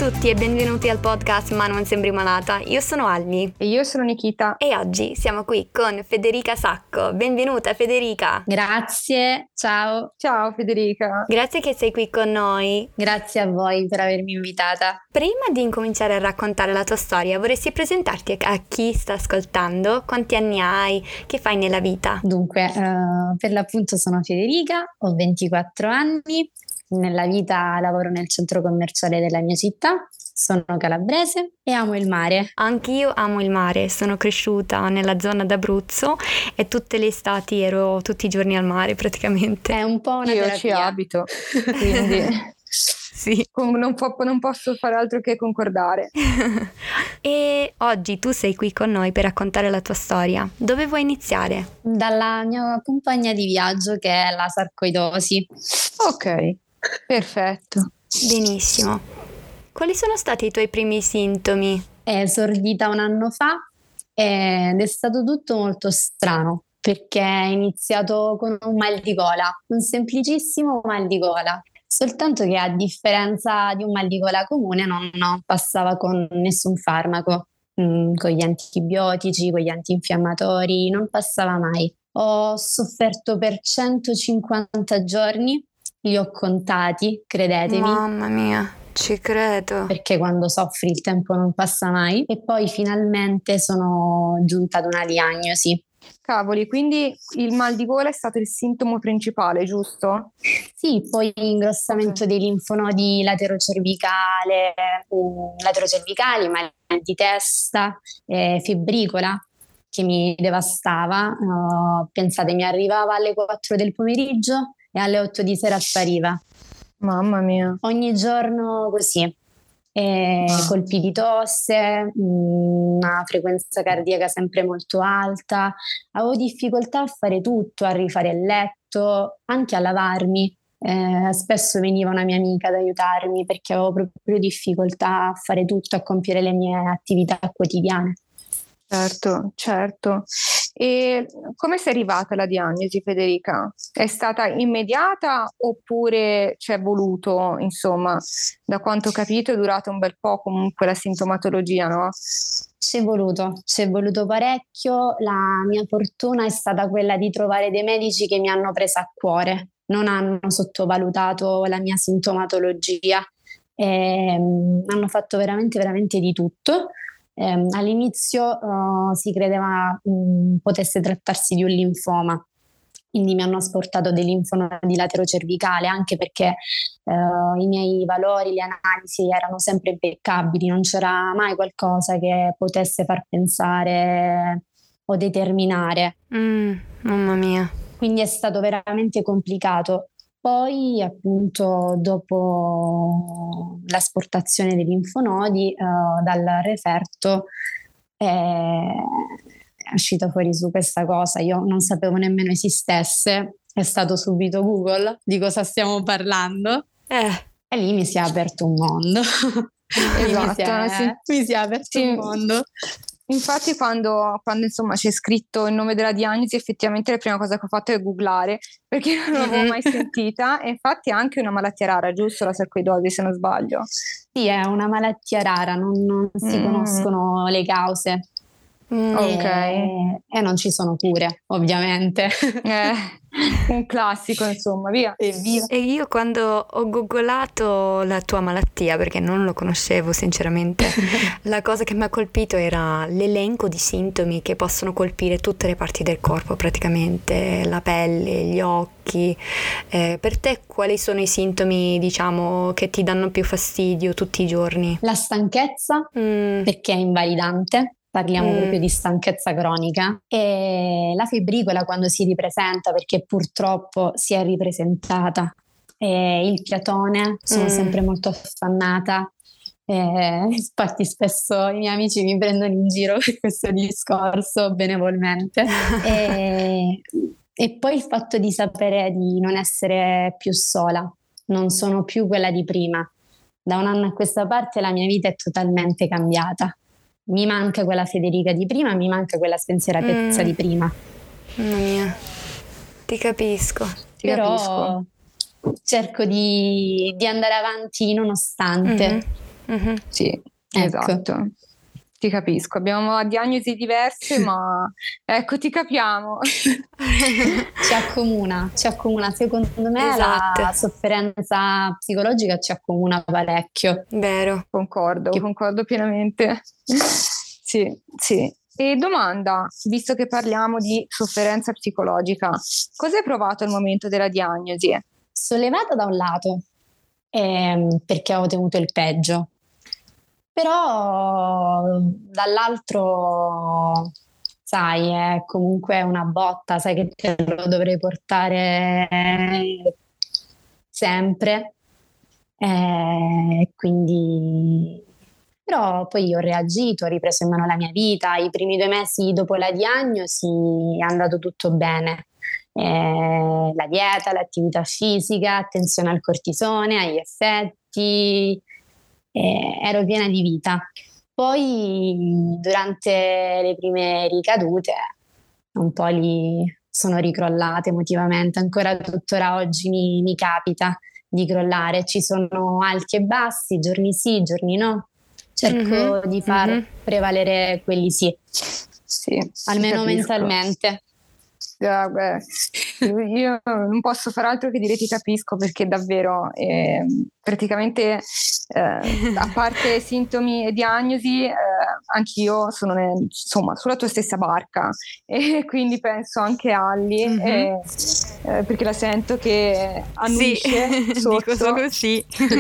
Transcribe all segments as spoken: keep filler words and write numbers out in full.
tutti e benvenuti al podcast Ma non sembri malata. Io sono Almi. E io sono Nikita. E oggi siamo qui con Federica Sacco. Benvenuta Federica. Grazie, ciao. Ciao Federica. Grazie che sei qui con noi. Grazie a voi per avermi invitata. Prima di incominciare a raccontare la tua storia, vorresti presentarti a chi sta ascoltando? Quanti anni hai? Che fai nella vita? Dunque, uh, per l'appunto sono Federica, ho ventiquattro anni. Nella vita lavoro nel centro commerciale della mia città, sono calabrese e amo il mare. Anch'io amo il mare, sono cresciuta nella zona d'Abruzzo e tutte le estati ero tutti i giorni al mare praticamente. È un po' una Io terapia. ci abito, quindi sì. non, po- non posso fare altro che concordare. E oggi tu sei qui con noi per raccontare la tua storia. Dove vuoi iniziare? Dalla mia compagna di viaggio che è la sarcoidosi. Ok. Perfetto. Benissimo. Quali sono stati i tuoi primi sintomi? È esordita un anno fa ed è stato tutto molto strano perché è iniziato con un mal di gola, un semplicissimo mal di gola, soltanto che a differenza di un mal di gola comune non, non passava con nessun farmaco, mm, con gli antibiotici, con gli antinfiammatori, non passava mai. Ho sofferto per centocinquanta giorni. Li ho contati, credetemi. Mamma mia, ci credo. Perché quando soffri il tempo non passa mai. E poi finalmente sono giunta ad una diagnosi. Cavoli, quindi il mal di gola è stato il sintomo principale, giusto? Sì, poi ingrossamento okay. dei linfonodi laterocervicale, um, laterocervicali, mal di testa, eh, febbricola che mi devastava. Uh, pensate, mi arrivava alle quattro del pomeriggio e alle otto di sera spariva. Mamma mia. Ogni giorno così. E ah. Colpi di tosse, una frequenza cardiaca sempre molto alta. Avevo difficoltà a fare tutto, a rifare il letto, anche a lavarmi. Eh, spesso veniva una mia amica ad aiutarmi perché avevo proprio difficoltà a fare tutto, a compiere le mie attività quotidiane. Certo, certo. E come sei arrivata alla diagnosi, Federica? È stata immediata oppure ci è voluto, insomma, da quanto ho capito è durato un bel po' comunque la sintomatologia, no? Ci è voluto, ci è voluto parecchio. La mia fortuna è stata quella di trovare dei medici che mi hanno presa a cuore, non hanno sottovalutato la mia sintomatologia, e, um, hanno fatto veramente, veramente di tutto. Eh, all'inizio uh, si credeva um, potesse trattarsi di un linfoma, quindi mi hanno asportato dei linfonodi laterocervicale, anche perché uh, i miei valori, le analisi erano sempre impeccabili, non c'era mai qualcosa che potesse far pensare o determinare. Mm, mamma mia. Quindi è stato veramente complicato. Poi appunto dopo l'asportazione dei linfonodi eh, dal referto è, è uscita fuori su questa cosa, io non sapevo nemmeno esistesse, è stato subito Google di cosa stiamo parlando eh. e lì mi si è aperto un mondo. Esatto, mi, si è, sì. mi si è aperto sì. un mondo. Infatti quando, quando insomma c'è scritto il nome della diagnosi, effettivamente la prima cosa che ho fatto è googlare, perché non l'avevo Mm-hmm. mai sentita, e infatti è anche una malattia rara, giusto, la sarcoidosi, se non sbaglio? Sì, è una malattia rara, non, non si mm. conoscono le cause. Mm, ok. E, e non ci sono cure, ovviamente. Eh, un classico, insomma, via. E via. E io quando ho googolato la tua malattia, perché non lo conoscevo sinceramente, la cosa che mi ha colpito era l'elenco di sintomi che possono colpire tutte le parti del corpo, praticamente la pelle, gli occhi. Eh, per te quali sono i sintomi, diciamo, che ti danno più fastidio tutti i giorni? La stanchezza, mm. perché è invalidante. Parliamo mm. proprio di stanchezza cronica, e la febbricola quando si ripresenta, perché purtroppo si è ripresentata, e il fiatone, sono mm. sempre molto affannata, e infatti spesso i miei amici mi prendono in giro per questo discorso benevolmente. e, e poi il fatto di sapere di non essere più sola, non sono più quella di prima. Da un anno a questa parte la mia vita è totalmente cambiata. Mi manca quella Federica di prima, mi manca quella spensieratezza mm. di prima. Mamma mia, ti capisco. Ti Però capisco. cerco di, di andare avanti nonostante. Mm-hmm. Mhm. Sì, Ecco. esatto. Ti capisco, abbiamo diagnosi diverse, ma ecco, ti capiamo. Ci accomuna, ci accomuna. Secondo me Esatto. la sofferenza psicologica ci accomuna parecchio. Vero. Concordo, Che- concordo pienamente. Sì, sì. E domanda, visto che parliamo di sofferenza psicologica, cosa hai provato al momento della diagnosi? Sollevata da un lato, ehm, perché ho temuto il peggio, però dall'altro, sai, è comunque una botta, sai che te lo dovrei portare sempre, eh, quindi... Però poi ho reagito, ho ripreso in mano la mia vita. I primi due mesi dopo la diagnosi è andato tutto bene. Eh, la dieta, l'attività fisica, attenzione al cortisone, agli effetti, eh, ero piena di vita. Poi durante le prime ricadute un po' lì sono ricrollate emotivamente, ancora tuttora oggi mi, mi capita di crollare, ci sono alti e bassi, giorni sì, giorni no. Cerco Mhm, di far mhm. prevalere quelli sì, Sì, ti almeno capisco. mentalmente. Ah, beh, io non posso far altro che dire ti capisco, perché davvero eh, praticamente eh, a parte sintomi e diagnosi, eh, anch'io sono nel- insomma sulla tua stessa barca, e quindi penso anche a Alli, Mhm. eh, eh, perché la sento che Sì, annuisce sotto. dico solo sì.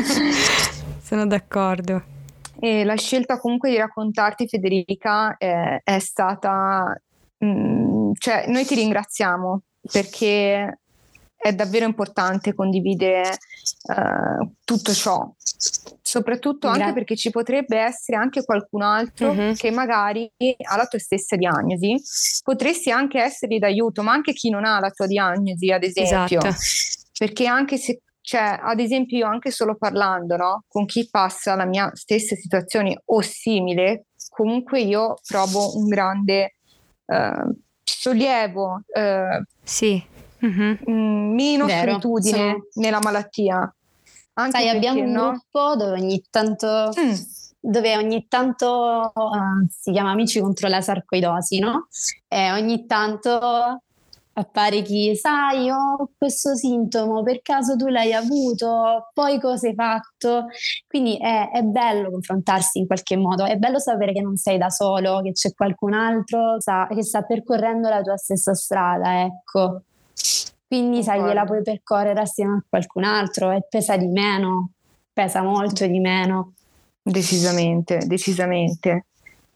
Sono d'accordo. E la scelta comunque di raccontarti, Federica, eh, è stata, mm, cioè noi ti ringraziamo, perché è davvero importante condividere eh, tutto ciò, soprattutto anche Gra- perché ci potrebbe essere anche qualcun altro Mhm. che magari ha la tua stessa diagnosi, potresti anche essergli d'aiuto, ma anche chi non ha la tua diagnosi, ad esempio, Esatto. perché anche se, cioè, ad esempio, io anche solo parlando, no, con chi passa la mia stessa situazione o simile, comunque io provo un grande eh, sollievo, eh, Sì. Mhm. mh, meno Vero, solitudine sono- nella malattia. Anche Sai, abbiamo perché, un no? gruppo dove ogni tanto, Mm, dove ogni tanto eh, si chiama Amici contro la sarcoidosi, no? E ogni tanto appare chi, sai, ho questo sintomo, per caso tu l'hai avuto, poi cosa hai fatto? Quindi è, è bello confrontarsi in qualche modo, è bello sapere che non sei da solo, che c'è qualcun altro sa- che sta percorrendo la tua stessa strada, ecco. Quindi sai, gliela concordo. puoi percorrere assieme a qualcun altro e pesa di meno, pesa molto di meno. Decisamente, decisamente.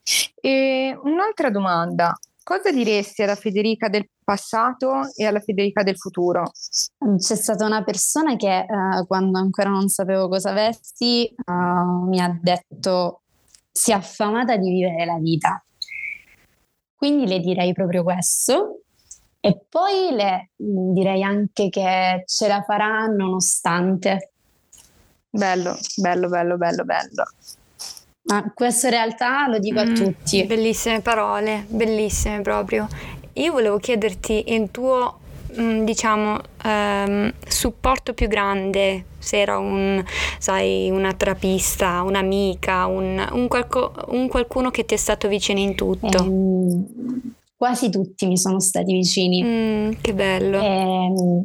E un'altra domanda, cosa diresti alla Federica del passato e alla Federica del futuro? C'è stata una persona che eh, quando ancora non sapevo cosa avessi eh, mi ha detto si è affamata di vivere la vita. Quindi le direi proprio questo e poi le mh, direi anche che ce la farà nonostante. Bello, bello, bello, bello, bello. Ma questo in realtà lo dico a Mm, tutti. Bellissime parole, bellissime proprio. Io volevo chiederti il tuo, mm, diciamo, ehm, supporto più grande, se era un, sai, una terapista, un'amica, un, un qualco- un qualcuno che ti è stato vicino in tutto. Ehm, quasi tutti mi sono stati vicini. Mm, che bello. Ehm,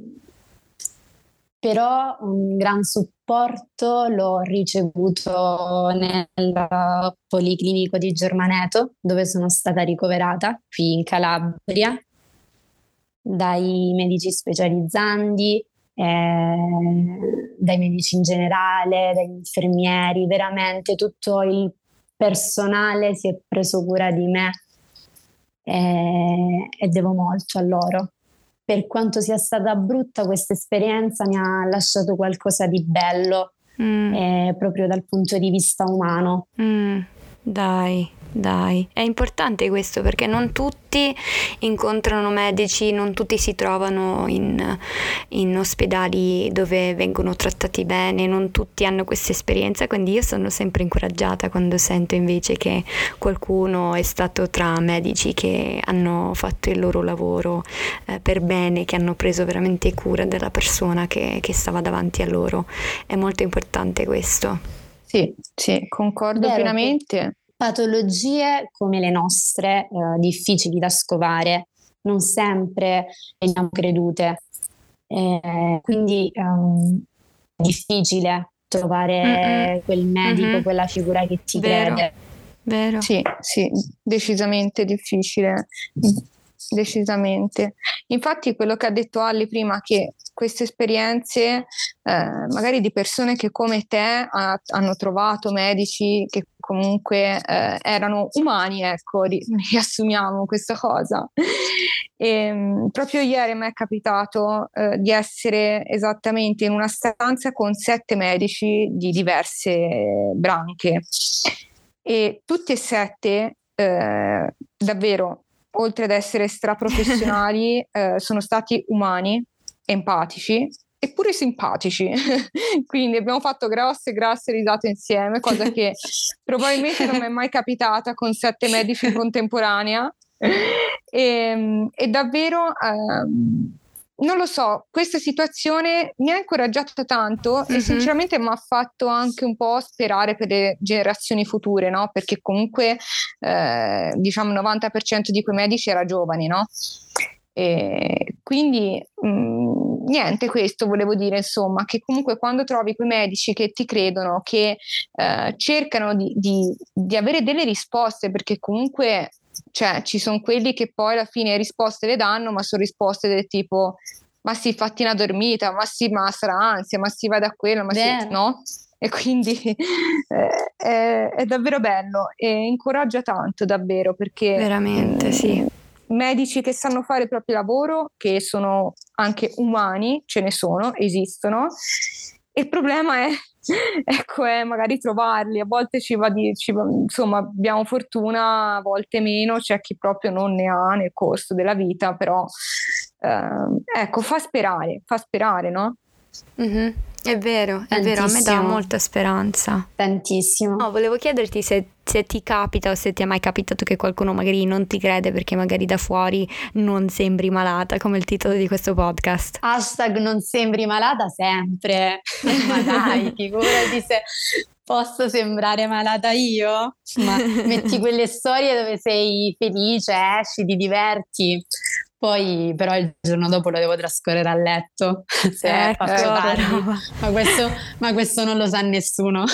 però un gran supporto l'ho ricevuto nel Policlinico di Germaneto, dove sono stata ricoverata, qui in Calabria, dai medici specializzandi, eh, dai medici in generale, dagli infermieri, veramente tutto il personale si è preso cura di me eh, e devo molto a loro. Per quanto sia stata brutta, questa esperienza mi ha lasciato qualcosa di bello, Mm, eh, proprio dal punto di vista umano. mm, dai, dai. È importante questo perché non tutti incontrano medici, non tutti si trovano in, in ospedali dove vengono trattati bene, non tutti hanno questa esperienza, quindi io sono sempre incoraggiata quando sento invece che qualcuno è stato tra medici che hanno fatto il loro lavoro eh, per bene, che hanno preso veramente cura della persona che, che stava davanti a loro. È molto importante questo. Sì, sì, concordo Vero, pienamente. patologie come le nostre, eh, difficili da scovare, non sempre veniamo credute. Eh, quindi ehm, è difficile trovare Mm-mm. quel medico, Mhm. quella figura che ti Vero, crede. vero. Sì, sì, decisamente difficile, decisamente. Infatti quello che ha detto Ali prima, che queste esperienze, eh, magari di persone che come te ha- hanno trovato medici che comunque eh, erano umani, ecco, ri- riassumiamo questa cosa. E, mh, proprio ieri mi è capitato eh, di essere esattamente in una stanza con sette medici di diverse branche e tutti e sette eh, davvero, oltre ad essere straprofessionali, eh, sono stati umani, empatici e pure simpatici. Quindi abbiamo fatto grosse, grosse risate insieme, cosa che probabilmente non mi è mai capitata con sette medici in contemporanea. E, e davvero ehm, non lo so, questa situazione mi ha incoraggiato tanto e Mhm. sinceramente mi ha fatto anche un po' sperare per le generazioni future, no? Perché comunque eh, diciamo il novanta per cento di quei medici era giovani, no? E quindi mh, niente, questo volevo dire, insomma, che comunque quando trovi quei medici che ti credono, che eh, cercano di, di, di avere delle risposte, perché comunque cioè, ci sono quelli che poi alla fine risposte le danno, ma sono risposte del tipo ma sì, fatti una dormita, ma sì, ma sarà ansia, ma sì, vai da quello, ma sì, Vero. no? E quindi eh, è, è davvero bello e incoraggia tanto, davvero, perché Veramente, mh, sì. medici che sanno fare il proprio lavoro, che sono anche umani, ce ne sono, esistono. Il problema è, ecco, è magari trovarli. A volte ci va di, ci va- insomma, abbiamo fortuna, a volte meno, c'è chi proprio non ne ha nel corso della vita, però ehm, ecco, fa sperare, fa sperare, no? Mhm. È vero, è vero, a me dà Tantissimo, molta speranza. tantissimo. No, volevo chiederti se, se ti capita o se ti è mai capitato che qualcuno magari non ti crede perché magari da fuori non sembri malata, come il titolo di questo podcast. Hashtag non sembri malata sempre. Ma dai, figurati se posso sembrare malata io. Ma metti quelle storie dove sei felice, esci, ti diverti. Poi però il giorno dopo lo devo trascorrere a letto se Ecco, faccio tardi. brava. Ma questo, ma questo non lo sa nessuno.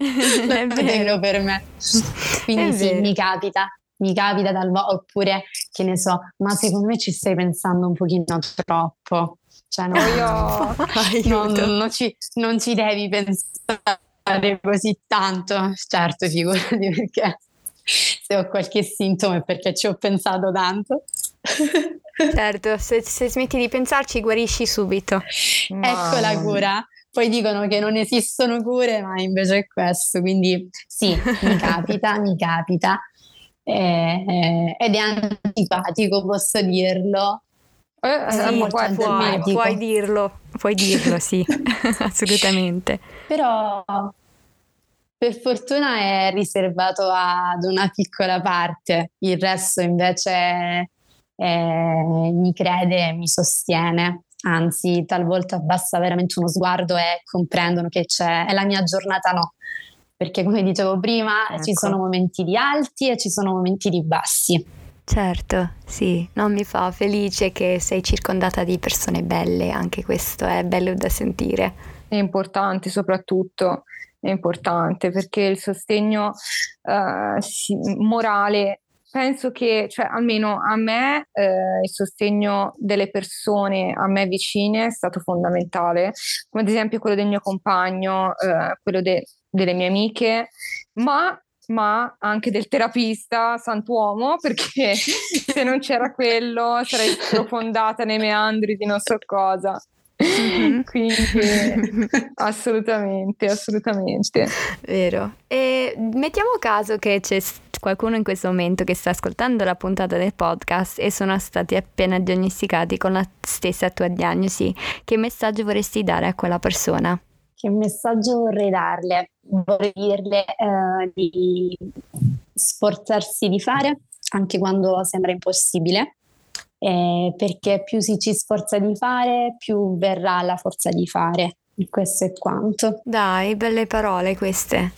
È Lo vero. tengo per me. Quindi È sì, vero. mi capita. Mi capita talvolta, oppure che ne so, ma secondo me ci stai pensando un pochino troppo. Cioè, no, Poi io non, Aiuto. non ci, non ci devi pensare così tanto. Certo, figurati, perché se ho qualche sintomo è perché ci ho pensato tanto. Certo, se, se smetti di pensarci guarisci subito. Ecco la cura. Poi dicono che non esistono cure, ma invece è questo. Quindi sì, mi capita, mi capita. Eh, eh, ed è antipatico, posso dirlo. Eh, È Sì, molto guarda, è puoi, vero. puoi antipatico. dirlo, puoi dirlo, sì, assolutamente. Però per fortuna è riservato ad una piccola parte, il resto invece eh, mi crede e mi sostiene. Anzi, talvolta basta veramente uno sguardo e comprendono che c'è, è la mia giornata, no. Perché come dicevo prima, Ecco. ci sono momenti di alti e ci sono momenti di bassi. Certo, sì, non mi fa felice che sei circondata di persone belle, anche questo è bello da sentire. È importante soprattutto, è importante perché il sostegno eh, si- morale, penso che, cioè, almeno a me, eh, il sostegno delle persone a me vicine è stato fondamentale, come ad esempio quello del mio compagno, eh, quello de- delle mie amiche, ma, ma anche del terapista, santuomo, perché se non c'era quello sarei sprofondata nei meandri di non so cosa. Mhm. Quindi assolutamente, assolutamente. Vero. E mettiamo caso che c'è s- qualcuno in questo momento che sta ascoltando la puntata del podcast e sono stati appena diagnosticati con la stessa tua diagnosi. Che messaggio vorresti dare a quella persona? Che messaggio vorrei darle? Vorrei dirle eh, di sforzarsi di fare anche quando sembra impossibile, eh, perché più si ci sforza di fare, più verrà la forza di fare. E questo è quanto. Dai, belle parole queste.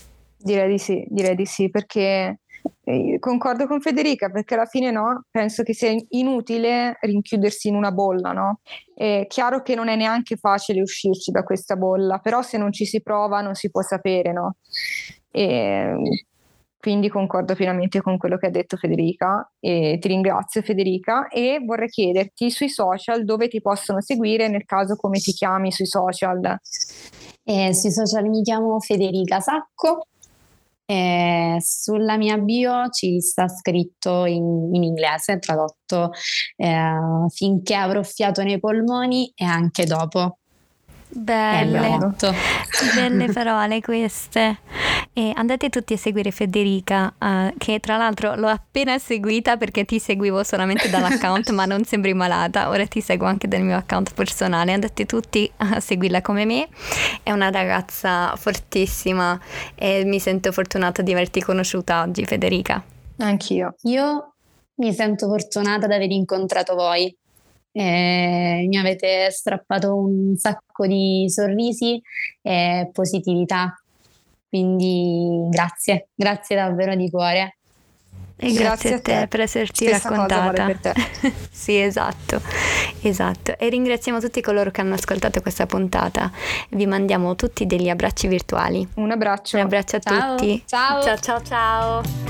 Direi di sì, direi di sì, perché eh, concordo con Federica, perché alla fine no, penso che sia inutile rinchiudersi in una bolla, no? È chiaro che non è neanche facile uscirci da questa bolla, però se non ci si prova non si può sapere, no? E quindi concordo pienamente con quello che ha detto Federica e ti ringrazio Federica, e vorrei chiederti sui social dove ti possono seguire, nel caso come ti chiami sui social. Eh, sui social mi chiamo Federica Sacco. Eh, sulla mia bio ci sta scritto in, in inglese, tradotto eh, finché avrò fiato nei polmoni e anche dopo. Belle, belle parole queste. E andate tutti a seguire Federica, uh, che tra l'altro l'ho appena seguita perché ti seguivo solamente dall'account ma non sembri malata, ora ti seguo anche dal mio account personale, andate tutti a seguirla come me, è una ragazza fortissima e mi sento fortunata di averti conosciuta oggi, Federica. Anch'io. Io mi sento fortunata di aver incontrato voi. Eh, mi avete strappato un sacco di sorrisi e positività, quindi grazie, grazie davvero di cuore. E grazie, grazie a te, te per esserci Stessa raccontata. Cosa vale per te. Sì, esatto, esatto. E ringraziamo tutti coloro che hanno ascoltato questa puntata. Vi mandiamo tutti degli abbracci virtuali. Un abbraccio. Un abbraccio a ciao. tutti. Ciao ciao ciao ciao.